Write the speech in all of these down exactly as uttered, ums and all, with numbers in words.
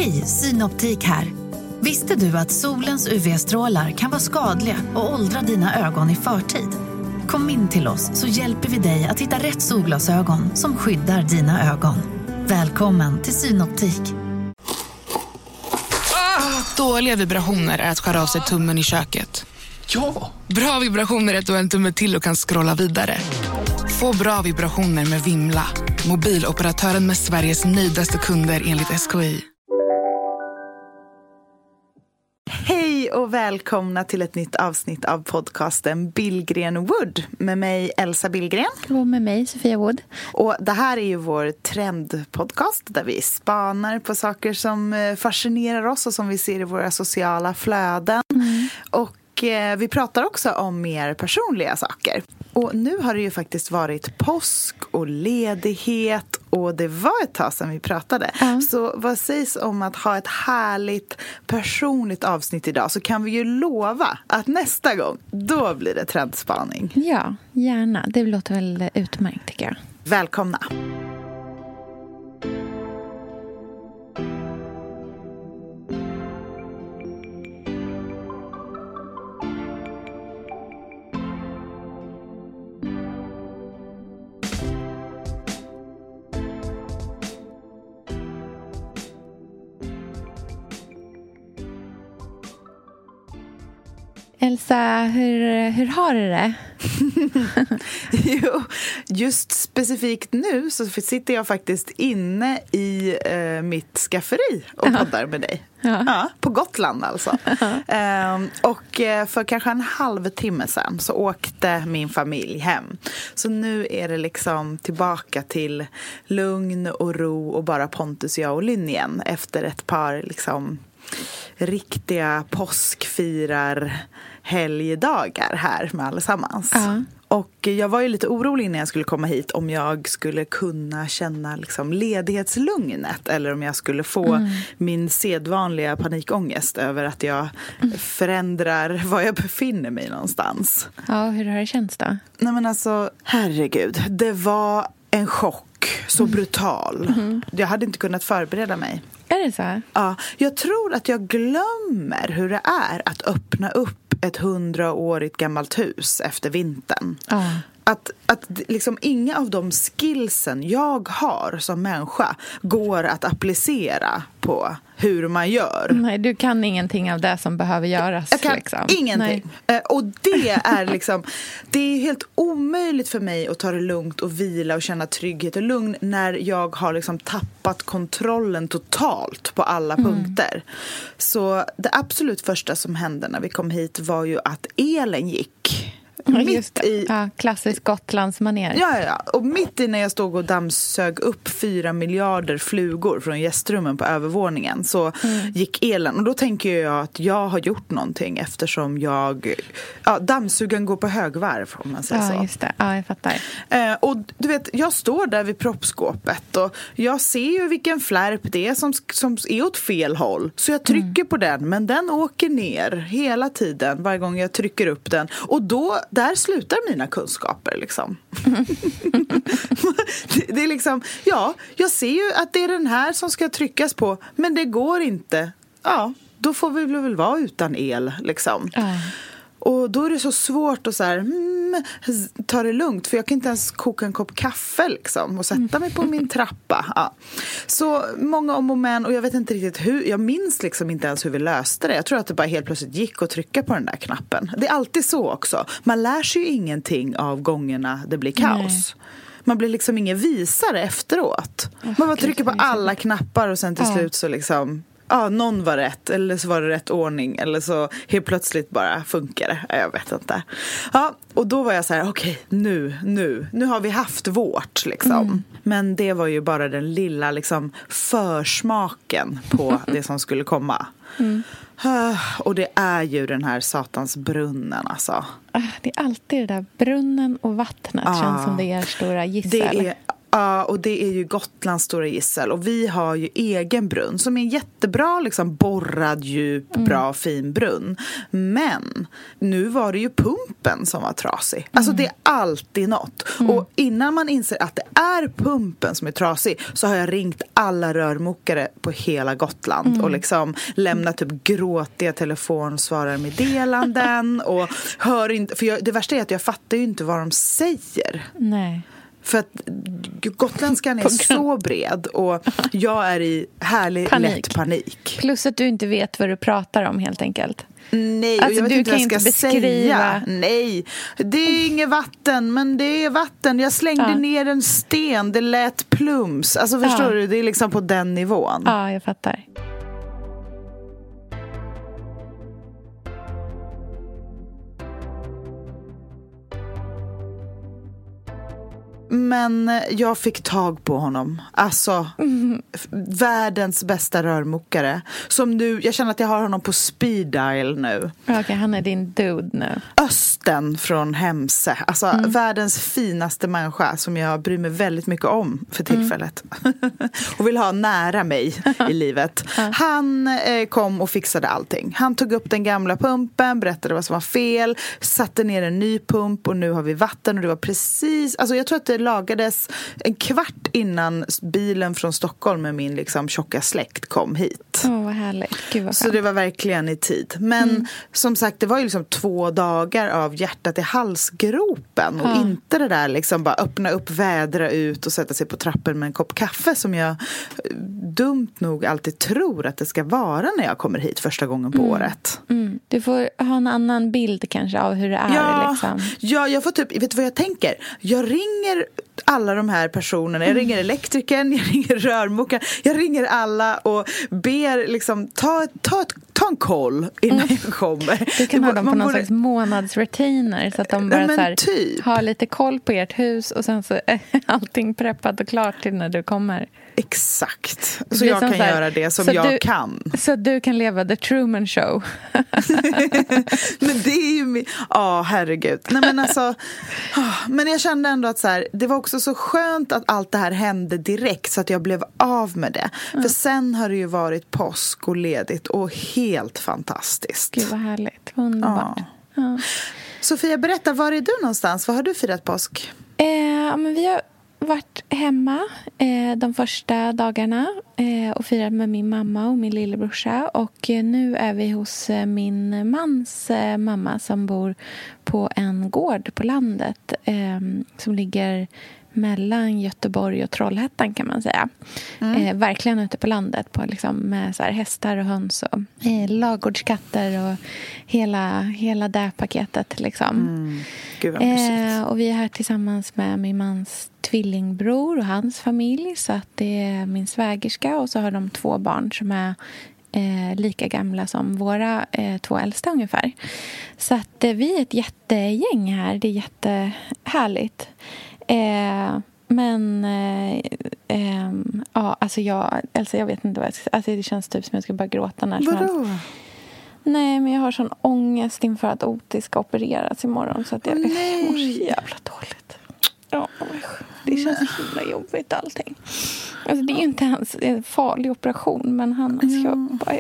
Hej, Synoptik här. Visste du att solens U V-strålar kan vara skadliga och åldra dina ögon i förtid? Kom in till oss så hjälper vi dig att hitta rätt solglasögon som skyddar dina ögon. Välkommen till Synoptik. Ah, dåliga vibrationer är att skära av sig tummen i köket. Ja! Bra vibrationer är att du har en tumme till och kan scrolla vidare. Få bra vibrationer med Vimla. Mobiloperatören med Sveriges nöjdaste kunder enligt S K I. Hej och välkomna till ett nytt avsnitt av podcasten Billgren Wood med mig Elsa Billgren. Och med mig Sofia Wood. Och det här är ju vår trendpodcast där vi spanar på saker som fascinerar oss och som vi ser i våra sociala flöden. Mm. Och vi pratar också om mer personliga saker. Och nu har det ju faktiskt varit påsk och ledighet och det var ett tag sedan vi pratade. Mm. Så vad sägs om att ha ett härligt personligt avsnitt idag, så kan vi ju lova att nästa gång, då blir det trendspaning. Ja, gärna. Det låter väl utmärkt tycker jag. Välkomna! Elsa, hur, hur har du det? Jo, just specifikt nu så sitter jag faktiskt inne i eh, mitt skafferi och uh-huh. poddar med dig. Uh-huh. Ja, på Gotland alltså. Uh-huh. Um, och eh, för kanske en halvtimme sedan så åkte min familj hem. Så nu är det liksom tillbaka till lugn och ro och bara Pontus, jag och Lynn igen efter ett par liksom riktiga påskfirar helgdagar här med allesammans. Uh-huh. Och jag var ju lite orolig när jag skulle komma hit om jag skulle kunna känna liksom ledighetslugnet eller om jag skulle få mm. min sedvanliga panikångest över att jag mm. förändrar var jag befinner mig någonstans. Ja, hur har det känts då? Nej men alltså, herregud, det var en chock, så mm. brutal. Mm. Jag hade inte kunnat förbereda mig. Är det så? Ja, jag tror att jag glömmer hur det är att öppna upp ett hundraårigt gammalt hus efter vintern. Ja. Att, att liksom inga av de skillsen jag har som människa går att applicera på hur man gör. Nej, du kan ingenting av det som behöver göras. Jag kan liksom. ingenting. Nej. Och det är liksom, det är helt omöjligt för mig att ta det lugnt och vila och känna trygghet och lugn när jag har liksom tappat kontrollen totalt på alla mm. punkter. Så det absolut första som hände när vi kom hit var ju att elen gick. Just det. I, ja, klassisk Gotlandsmanér. Ja, ja, och mitt i när jag stod och dammsög upp fyra miljarder flugor från gästrummen på övervåningen så mm. gick elen. Och då tänker jag att jag har gjort någonting eftersom jag, ja, dammsugen går på högvarv om man säger ja, så. Ja, just det. Ja, jag fattar. Eh, och du vet, jag står där vid proppskåpet och jag ser ju vilken flärp det är som, som är åt fel håll. Så jag trycker mm. på den, men den åker ner hela tiden varje gång jag trycker upp den. Och då där slutar mina kunskaper liksom. Mm. det, det är liksom, ja, jag ser ju att det är den här som ska tryckas på, men det går inte. Ja, då får vi väl vara utan el liksom. Mm. Och då är det så svårt att så här, mm, ta det lugnt. För jag kan inte ens koka en kopp kaffe liksom, och sätta mig på min trappa. Ja. Så många om och men. Och jag vet inte riktigt hur. Jag minns liksom inte ens hur vi löste det. Jag tror att det bara helt plötsligt gick att trycka på den där knappen. Det är alltid så också. Man lär sig ju ingenting av gångerna det blir kaos. Nej. Man blir liksom ingen visare efteråt. Oh, Man bara trycker på alla knappar och sen till ja. slut så liksom... Ja, någon var rätt, eller så var det rätt ordning, eller så helt plötsligt bara funkar det. Jag vet inte. Ja, och då var jag så här, okej, okay, nu, nu, nu har vi haft vårt, liksom. Mm. Men det var ju bara den lilla, liksom, försmaken på det som skulle komma. Mm. Och det är ju den här satans brunnen, alltså. Det är alltid det där brunnen och vattnet, ah, känns som det är stora gissel. Det är Ja, och det är ju Gotlands stora gissel. Och vi har ju egen brunn som är en jättebra, liksom borrad, djup, mm. bra, fin brunn. Men nu var det ju pumpen som var trasig. Mm. Alltså det är alltid något. Mm. Och innan man inser att det är pumpen som är trasig så har jag ringt alla rörmokare på hela Gotland mm. och liksom lämnat typ gråtiga telefonsvararmeddelanden och hör inte, för jag, det värsta är att jag fattar ju inte vad de säger. Nej. För att gotländskan är så bred och jag är i härlig panik. lätt panik. Plus att du inte vet vad du pratar om helt enkelt. Nej, alltså, jag vet du inte kan vad jag ska inte beskriva. säga. Nej, det är inget vatten, men det är vatten. Jag slängde ja. ner en sten, det lät plums. Alltså förstår ja. du, det är liksom på den nivån. Ja, jag fattar. Men jag fick tag på honom. Alltså, mm. världens bästa rörmokare. Som nu, jag känner att jag har honom på speed dial nu. Okej, okay, han är din dude nu. Östen från Hemse. Alltså, mm. världens finaste människa som jag bryr mig väldigt mycket om för tillfället. Mm. och vill ha nära mig i livet. Mm. Han eh, kom och fixade allting. Han tog upp den gamla pumpen, berättade vad som var fel, satte ner en ny pump och nu har vi vatten och det var precis... Alltså jag tror att det lagades en kvart innan bilen från Stockholm med min liksom tjocka släkt kom hit. Åh, oh, vad härligt. Gud, vad så det var verkligen i tid. Men mm. som sagt, det var ju liksom två dagar av hjärtat i halsgropen och ja. inte det där liksom bara öppna upp, vädra ut och sätta sig på trappen med en kopp kaffe som jag dumt nog alltid tror att det ska vara när jag kommer hit första gången på mm. året. Mm. Du får ha en annan bild kanske av hur det är. Ja, liksom. ja jag får typ, vet du vad jag tänker? Jag ringer alla de här personerna. Jag ringer elektrikern, jag ringer rörmokaren, jag ringer alla och ber liksom ta, ta, ta en koll innan mm. jag kommer. Du kan det, ha dem på någon borde... slags månadsretainer så att de bara ja, så här, typ. har lite koll på ert hus och sen så är allting preppat och klart till när du kommer. Exakt. Så jag kan så här, göra det som jag du, kan. Så du kan leva The Truman Show. Men det är ju min... Ja, oh, herregud. Nej, men alltså... Oh, men jag kände ändå att så här, det var också så skönt att allt det här hände direkt så att jag blev av med det. Mm. För sen har det ju varit påsk och ledigt och helt fantastiskt. Gud vad härligt. Underbart. Ja. Ja. Sofia, berätta, var är du någonstans? Var har du firat påsk? Eh, men vi har varit hemma eh, de första dagarna eh, och firat med min mamma och min lillebrorsa. Och eh, nu är vi hos eh, min mans eh, mamma som bor på en gård på landet eh, som ligger mellan Göteborg och Trollhättan kan man säga. Mm. Eh, verkligen ute på landet på, liksom, med så här, hästar och höns och eh, ladugårdskatter och hela, hela det paketet. Liksom. Mm. Gud vad eh, och vi är här tillsammans med min mans tvillingbror och hans familj. Så att det är min svägerska och så har de två barn som är Eh, lika gamla som våra eh, två äldsta ungefär. Så att eh, vi är ett jättegäng här. Det är jättehärligt. Eh, men eh, eh, ja, alltså jag, alltså jag vet inte vad jag ska säga. Alltså det känns typ som jag ska bara gråta när som helst. Nej, men jag har sån ångest inför att Otis ska opereras imorgon så att jag Nej. mår så jävla dåligt. Ja, det känns så himla jobbigt allting. Alltså det är ju inte ens en farlig operation, men han alltså, jag bara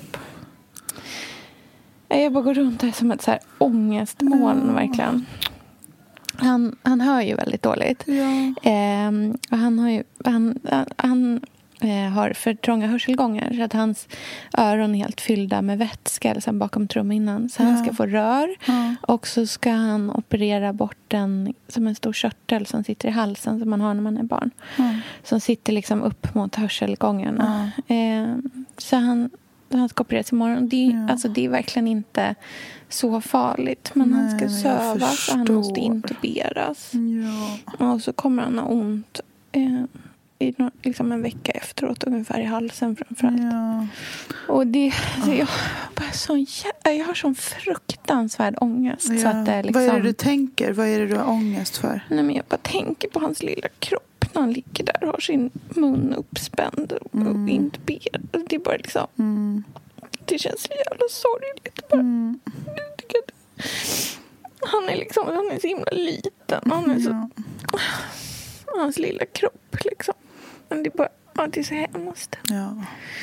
jag bara går runt här som ett så här ångestmoln mm. verkligen. Han, han hör ju väldigt dåligt. Ja. Eh, och han har ju han, han eh, har för trånga hörselgångar så att hans öron är helt fyllda med vätska liksom bakom trumhinnan. Så ja. han ska få rör ja. och så ska han operera bort den som en stor körtel som sitter i halsen som man har när man är barn. Ja. Som sitter liksom upp mot hörselgångarna. Ja. Eh, så han han ska opereras imorgon. Det är, ja. alltså, det är verkligen inte så farligt. Men Nej, han ska sövas och han måste intuberas. Ja. Och så kommer han ha ont eh, i no, liksom en vecka efteråt ungefär i halsen framförallt. Ja. Och det, alltså, jag, bara sån, jag har sån fruktansvärd ångest. Ja. Så att det, liksom, vad är det du tänker? Vad är det du har ångest för? Nej, men jag bara tänker på hans lilla kropp. När han ligger där och har sin mun uppspänd och, mm. och intuberad. Det är bara liksom... Mm. Det känns så jävla sorgligt. Bara. Mm. Han är liksom... Han är så himla liten. Han är så... hans lilla kropp liksom. Men det är bara, ja, det är så hemskt. Ja.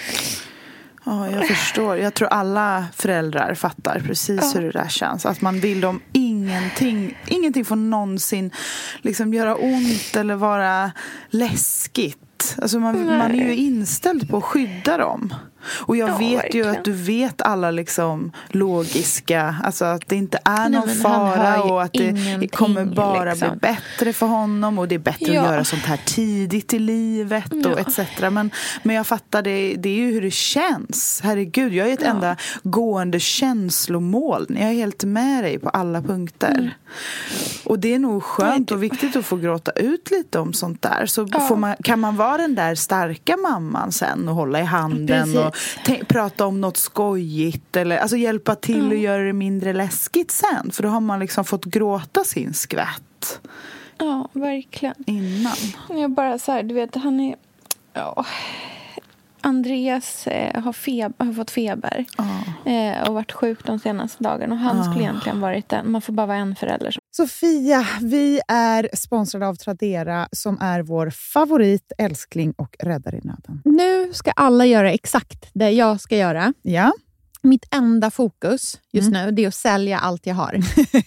Ja, jag förstår. Jag tror alla föräldrar fattar precis ja. hur det där känns. Att man vill dem ingenting, ingenting får någonsin liksom göra ont eller vara läskigt. Alltså man, man är ju inställd på att skydda dem. Och jag ja, vet verkligen. ju att du vet alla liksom logiska, alltså att det inte är någon Nej, fara och att det kommer bara liksom. bli bättre för honom och det är bättre ja. att göra sånt här tidigt i livet och ja. et cetera. Men, men jag fattar, det, det är ju hur det känns. Herregud, jag är ett ja. enda gående känslomål. Jag är helt med dig på alla punkter. Mm. Och det är nog skönt och viktigt att få gråta ut lite om sånt där. Så ja. får man, kan man vara den där starka mamman sen och hålla i handen Precis. och t- prata om något skojigt eller alltså hjälpa till mm. och göra det mindre läskigt sen, för då har man liksom fått gråta sin skvätt. Ja, verkligen. Innan. Jag bara så här, du vet, han är ja, Andreas eh, har, feber, har fått feber oh. eh, och varit sjuk de senaste dagarna och han oh. skulle egentligen varit den. Man får bara vara en förälder. Sofia, vi är sponsrade av Tradera som är vår favorit, älskling och räddare i nöden. Nu ska alla göra exakt det jag ska göra. Ja. Mitt enda fokus just mm. nu det är att sälja allt jag har.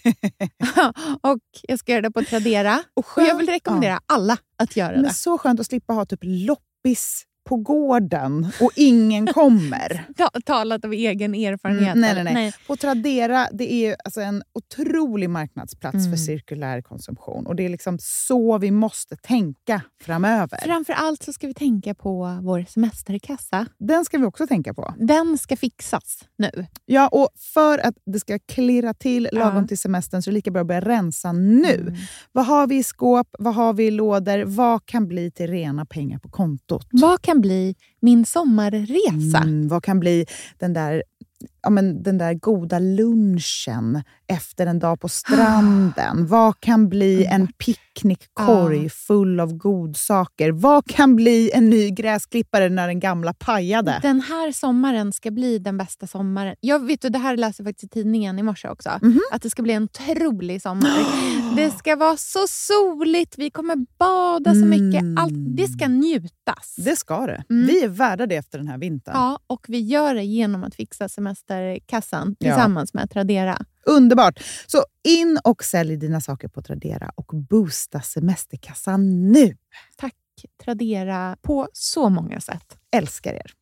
Och jag ska göra det på Tradera. Och, skönt, och jag vill rekommendera ja. alla att göra Men det. Så skönt att slippa ha typ loppis på gården och ingen kommer. Talat av egen erfarenhet. Mm, nej, nej, nej, nej. På Tradera, det är alltså en otrolig marknadsplats mm. för cirkulär konsumtion. Och det är liksom så vi måste tänka framöver. Framförallt så ska vi tänka på vår semesterkassa. Den ska vi också tänka på. Den ska fixas nu. Ja, och för att det ska klirra till lagom ja. till semestern så är det lika bra att börja rensa nu. Mm. Vad har vi i skåp? Vad har vi i lådor? Vad kan bli till rena pengar på kontot? Vad kan bli min sommarresa? Mm, vad kan bli den där, ja, men den där goda lunchen efter en dag på stranden? Vad kan bli en picknickkorg full av godsaker? Vad kan bli en ny gräsklippare när den gamla pajade? Den här sommaren ska bli den bästa sommaren. Jag vet, och det här läser jag faktiskt i tidningen i morse också. Mm-hmm. Att det ska bli en otrolig sommar. Det ska vara så soligt. Vi kommer bada så mycket. Allt, det ska njutas. Det ska det. Mm. Vi är värda det efter den här vintern. Ja, och vi gör det genom att fixa semesterkassan tillsammans ja. med Tradera. Underbart! Så in och sälj dina saker på Tradera och boosta semesterkassan nu. Tack Tradera på så många sätt. Älskar er.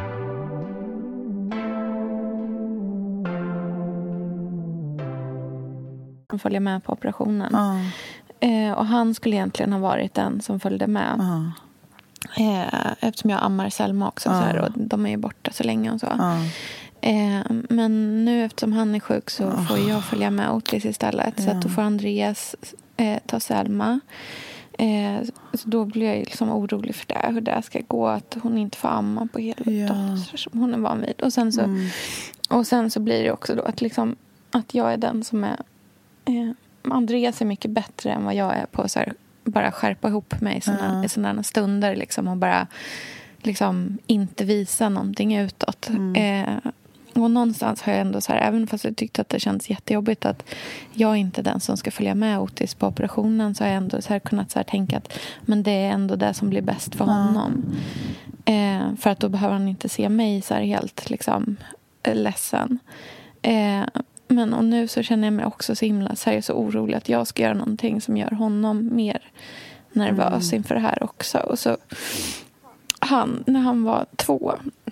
Han följer med på operationen. Ah. Eh, och han skulle egentligen ha varit den som följde med. Ah. Eh, eftersom jag ammar Selma också. Ah. Så här, och de är ju borta så länge och så. Ah. Eh, men nu eftersom han är sjuk så oh. får jag följa med Otis istället. Ja. Så att då får Andreas eh, ta Selma. Eh, så då blir jag liksom orolig för det. Hur det ska gå. Att hon inte får amma på hela ja. dagen som hon är van vid. Och sen så, mm. och sen så blir det också då att, liksom, att jag är den som är... Eh, Andreas är mycket bättre än vad jag är på så här, bara skärpa ihop mig i sådana, ja. i sådana stunder. Liksom, och bara liksom, inte visa någonting utåt. Mm. Eh, Och någonstans har jag ändå så här, även fast jag tyckte att det känns jättejobbigt att jag inte är den som ska följa med Otis på operationen, så har jag ändå så här kunnat så här tänka att men det är ändå det som blir bäst för honom. Eh, för att då behöver han inte se mig så här helt liksom ledsen. Eh, men och nu så känner jag mig också så himla så, här, så orolig att jag ska göra någonting som gör honom mer nervös mm. inför det här också. Och så han, när han var två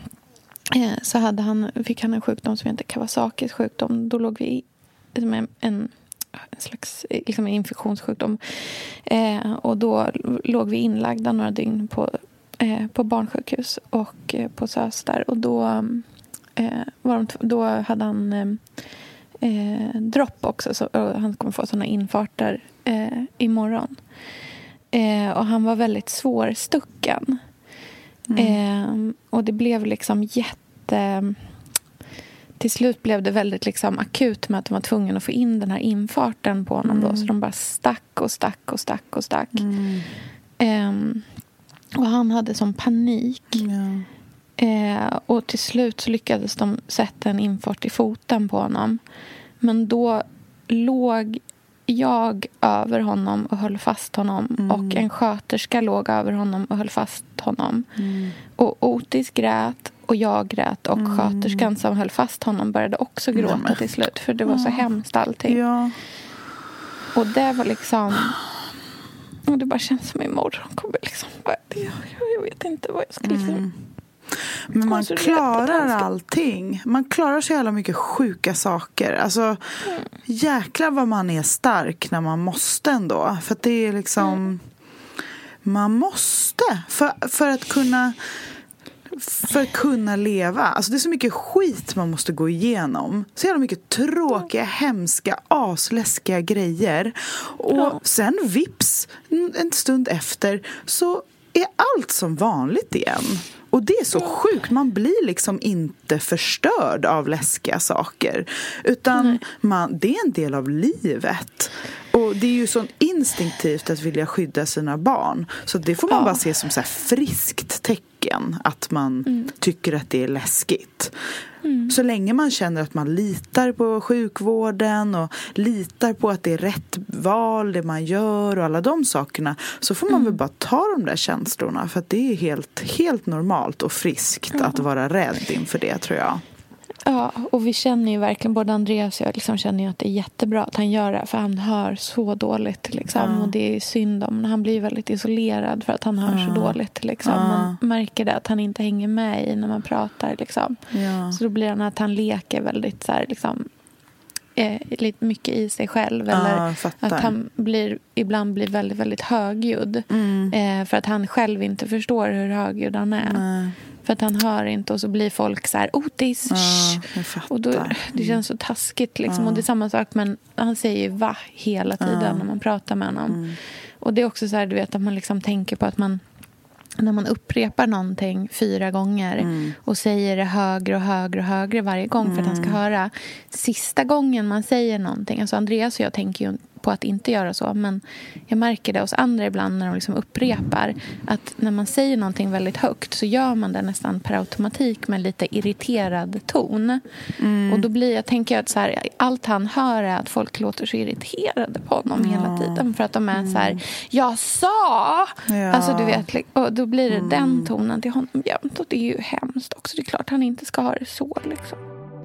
så hade han, fick han en sjukdom som heter Kawasakis sjukdom. Då låg vi i liksom en, en, en slags liksom en infektionssjukdom. Eh, och då låg vi inlagda några dygn på, eh, på barnsjukhus och eh, på S Ö S där. Och då, eh, var de, då hade han eh, dropp också. Så, och han kommer få sådana infarter eh, imorgon. Eh, och han var väldigt svårstucken. Mm. Eh, och det blev liksom jätte... Till slut blev det väldigt liksom akut med att de var tvungna att få in den här infarten på honom. Mm. Då, så de bara stack och stack och stack och stack. Mm. Eh, och han hade som panik. Ja. Eh, och till slut så lyckades de sätta en infart i foten på honom. Men då låg jag över honom och höll fast honom. Mm. Och en sköterska låg över honom och höll fast honom. Mm. Och Otis grät och jag grät. Och Mm. sköterskan som höll fast honom började också gråta Nej, till slut. För det var så ja. hemskt allting. Ja. Och det var liksom... Och det bara känns som imorgon kommer liksom... Jag, jag vet inte vad jag ska liksom... Mm. Men man klarar allting. Man klarar så jävla mycket sjuka saker. Alltså, mm. jäklar vad man är stark när man måste ändå. För att det är liksom... Mm. Man måste. För, för att kunna... För att kunna leva. Alltså det är så mycket skit man måste gå igenom. Så jävla mycket tråkiga, hemska, asläskiga grejer. Och ja. sen vips, en stund efter, så är allt som vanligt igen. Och det är så sjukt. Man blir liksom inte förstörd av läskiga saker. Utan man, det är en del av livet. Och det är ju så instinktivt att vilja skydda sina barn. Så det får man ja. bara se som så här friskt tecken. Att man mm. tycker att det är läskigt. Mm. Så länge man känner att man litar på sjukvården och litar på att det är rätt val, det man gör och alla de sakerna, så får man mm. väl bara ta de där känslorna. För att det är helt, helt normalt och friskt mm. att vara rädd inför det, tror jag. Ja, och vi känner ju verkligen, både Andreas och jag liksom känner ju att det är jättebra att han gör det, för han hör så dåligt liksom, ja. och det är synd om, han blir väldigt isolerad för att han hör ja. så dåligt liksom. Ja. Man märker det att han inte hänger med i när man pratar liksom. Ja. Så då blir det att han leker väldigt så här, liksom, eh, lite mycket i sig själv, eller ja, att han blir, ibland blir väldigt, väldigt högljudd mm. eh, för att han själv inte förstår hur högljudd han är. Nej. För att han hör inte, och så blir folk så här Otis, ja, och då, det känns så taskigt liksom. Ja. Och det är samma sak, men han säger ju va hela tiden ja. när man pratar med honom. Mm. Och det är också så här, du vet, att man liksom tänker på att man, när man upprepar någonting fyra gånger mm. och säger det högre och högre och högre varje gång mm. för att han ska höra. Sista gången man säger någonting, alltså Andreas och jag tänker ju på att inte göra så, men jag märker det hos andra ibland när de liksom upprepar att när man säger någonting väldigt högt så gör man det nästan per automatik med lite irriterad ton. Mm. Och då blir jag, tänker jag att så här, allt han hör är att folk låter så irriterade på honom ja. hela tiden, för att de är mm. så här, jag sa! Ja. Alltså du vet, och då blir det mm. den tonen till honom jämt, och det är ju hemskt också. Det är klart han inte ska ha det så liksom.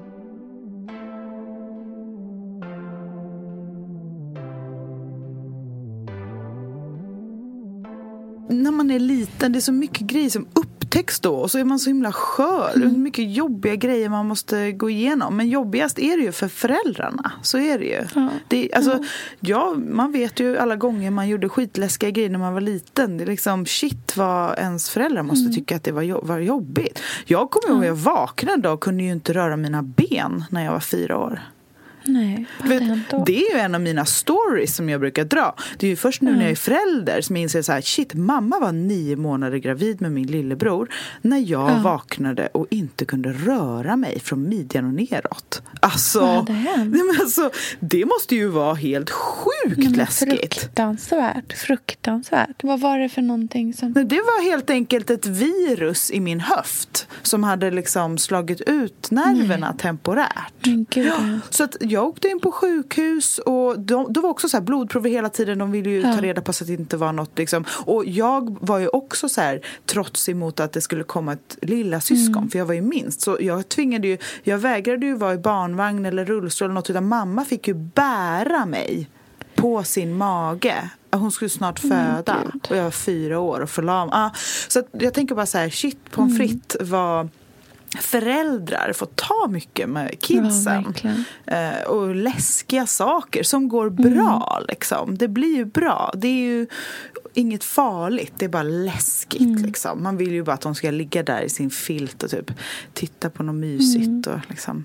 När man är liten, det är så mycket grejer som upptäcks då, och så är man så himla skör. Mm. Mycket jobbiga grejer man måste gå igenom. Men jobbigast är det ju för föräldrarna. Så är det ju. Ja. Det, alltså, mm. ja, man vet ju alla gånger man gjorde skitläskiga grejer när man var liten. Det är liksom, shit vad ens föräldrar måste mm. tycka att det var, var jobbigt. Jag kommer ihåg att jag vaknade och kunde ju inte röra mina ben när jag var fyra år. Nej, Vet, det är ju en av mina stories som jag brukar dra. Det är ju först nu mm. när jag är förälder som jag inser så här, shit, mamma var nio månader gravid med min lillebror när jag ja. vaknade och inte kunde röra mig från midjan och neråt. Alltså, ja, det, nej, men alltså det måste ju vara helt sjukt nej, läskigt. Fruktansvärt, fruktansvärt. Vad var det för någonting som... Nej, det var helt enkelt ett virus i min höft som hade liksom slagit ut nerverna nej. temporärt. Men gud, ja. Så att jag åkte in på sjukhus, och de, de var också så här blodprover hela tiden. De ville ju ja. ta reda på så att det inte var något liksom. Och jag var ju också så här trots emot att det skulle komma ett lilla syskon mm. för jag var ju minst. Så jag tvingade ju, jag vägrade ju vara i barnvagn eller rullstol eller något, utan mamma fick ju bära mig på sin mage. Hon skulle snart föda mm, och jag var fyra år och förlam. Ah, så att jag tänker bara så här, shit, pommes frites mm. var... Föräldrar får ta mycket med kidsen ja, och läskiga saker som går bra mm. liksom. Det blir ju bra. Det är ju inget farligt, det är bara läskigt mm. liksom. Man vill ju bara att de ska ligga där i sin filt och typ titta på något mysigt mm. och liksom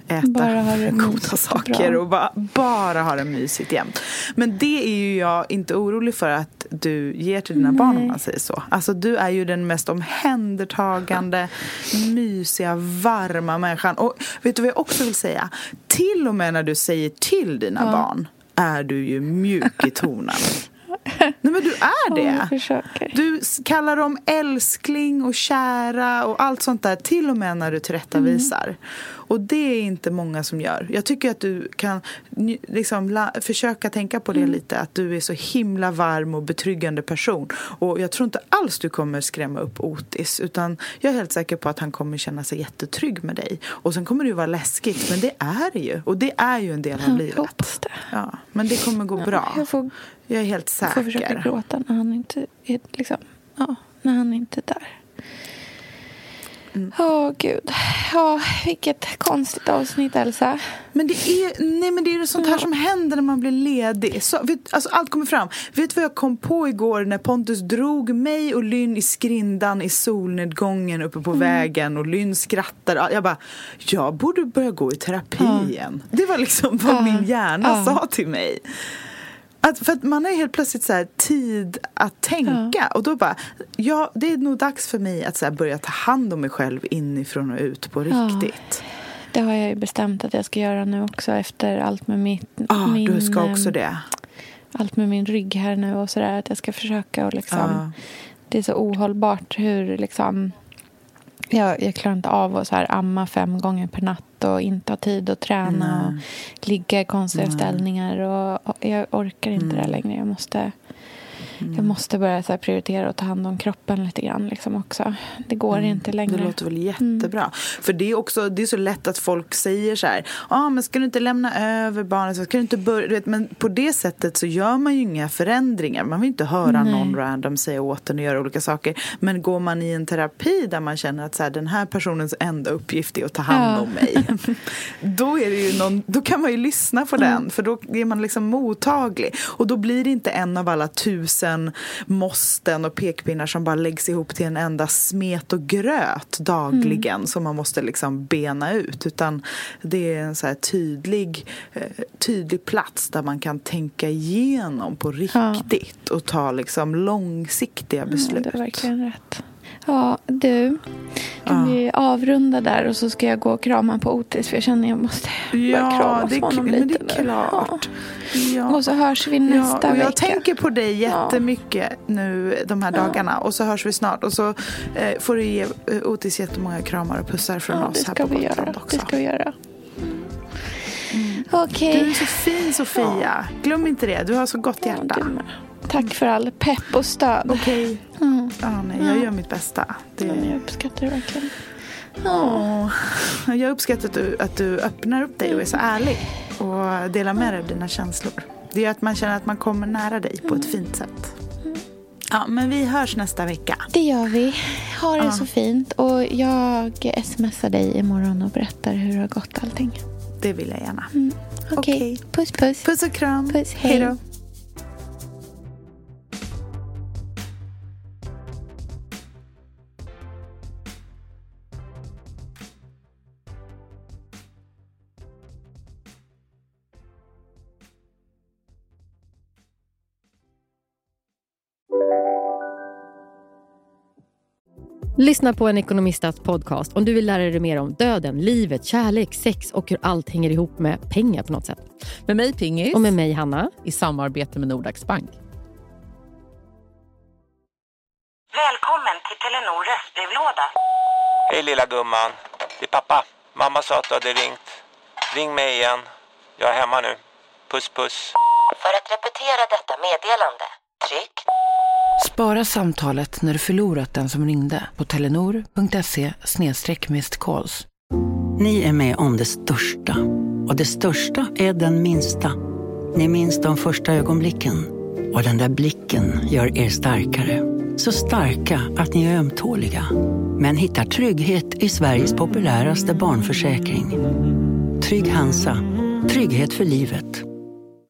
äta goda saker och bara, bara ha det mysigt jämt. Men det är ju jag inte orolig för att du ger till dina Nej. barn, om man säger så. Alltså du är ju den mest omhändertagande, mysiga, varma människan. Och vet du vad jag också vill säga? Till och med när du säger till dina ja. barn är du ju mjuk i tonen. Nej, men du är det. Ja, jag försöker. Du kallar dem älskling och kära och allt sånt där, till och med när du tillrättavisar. Mm. Och det är inte många som gör. Jag tycker att du kan liksom la, försöka tänka på det mm. lite. Att du är så himla varm och betryggande person. Och jag tror inte alls du kommer skrämma upp Otis. Utan jag är helt säker på att han kommer känna sig jättetrygg med dig. Och sen kommer det ju vara läskigt. Men det är det ju. Och det är ju en del av jag livet. Det. Ja, men det kommer gå ja, bra. Jag, får, jag är helt säker. Jag får försöka gråta när han inte är, liksom, ja, när han inte är där. Åh, mm. oh, gud. Ja, vilket konstigt avsnitt, Elsa. Men det är, nej, men det är sånt här ja. som händer när man blir ledig. Så, vet, alltså, allt kommer fram. Vet du vad jag kom på igår när Pontus drog mig och Lynn i skrindan i solnedgången uppe på mm. vägen och Lynn skrattade. Jag bara, jag borde börja gå i terapi ja. igen. Det var liksom vad ja. min hjärna ja. sa till mig. Att, för att man har ju helt plötsligt så här tid att tänka. Ja. Och då bara, ja, det är nog dags för mig att så här börja ta hand om mig själv inifrån och ut på riktigt. Ja. Det har jag ju bestämt att jag ska göra nu också efter allt med mitt... Ja, min, du ska också det. Allt med min rygg här nu och sådär. Att jag ska försöka och liksom... Ja. Det är så ohållbart hur liksom... Jag, jag klarar inte av att så här amma fem gånger per natt och inte ha tid att träna Nej. och ligga i konstiga Nej. ställningar och, och jag orkar inte mm. det längre. Jag måste mm. jag måste börja så här prioritera och ta hand om kroppen lite grann liksom också. Det går mm. inte längre. Det låter väl jättebra. Mm. För det är också det är så lätt att folk säger så här: "Ja, ah, men ska du inte lämna över barnet, så ska du inte börja", du vet, men på det sättet så gör man ju inga förändringar. Man vill inte höra Nej. någon random säga åt en och göra olika saker. Men går man i en terapi där man känner att så här, den här personens enda uppgift är att ta hand ja. om mig. Då är det ju någon, då kan man ju lyssna på mm. den, för då är man liksom mottaglig. Och då blir det inte en av alla tusen måsten och pekpinnar som bara läggs ihop till en enda smet och gröt dagligen mm. som man måste liksom bena ut, utan det är en så här tydlig eh, tydlig plats där man kan tänka igenom på riktigt ja. och ta liksom långsiktiga beslut. Mm, det är verkligen rätt. Ja, du, kan ja. vi avrunda där och så ska jag gå och krama på Otis, för jag känner att jag måste börja ja, kramas det, honom men lite. Det är klart. Ja. Ja. Och så hörs vi nästa ja, och jag vecka. tänker på dig jättemycket ja. nu de här dagarna. Och så hörs vi snart. Och så eh, får du ge Otis jättemånga kramar och pussar från ja, oss här på Gotland också. Det ska vi göra. Mm. Okay. Du är så fin, Sofia. Ja. Glöm inte det. Du har så gott hjärta. Ja, tack för all pepp och stöd. Okej. Okay. Mm. Ja, nej, jag gör mitt bästa. Det... Ja, jag uppskattar det verkligen. Oh. Jag uppskattar att du, att du öppnar upp dig och är så ärlig och delar med dig av dina känslor. Det gör att man känner att man kommer nära dig på ett fint sätt. Ja, men vi hörs nästa vecka. Det gör vi. Ha det ja. så fint. Och jag smsar dig imorgon och berättar hur det har gått allting. Det vill jag gärna. Mm. Okej, okay. okay. Puss puss. Puss och kram. Puss, hej. Hej då. Lyssna på en ekonomistats podcast om du vill lära dig mer om döden, livet, kärlek, sex och hur allt hänger ihop med pengar på något sätt. Med mig Pingis. Och med mig Hanna. I samarbete med Nordax Bank. Välkommen till Telenor röstbrevlåda. Hej lilla gumman. Det är pappa. Mamma sa att du hade ringt. Ring mig igen. Jag är hemma nu. Puss puss. För att repetera detta meddelande, tryck. Spara samtalet när du förlorat den som ringde på telenor.se snedstreck missed calls. Ni är med om det största. Och det största är den minsta. Ni minns de första ögonblicken. Och den där blicken gör er starkare. Så starka att ni är ömtåliga. Men hittar trygghet i Sveriges populäraste barnförsäkring. Trygg Hansa. Trygghet för livet.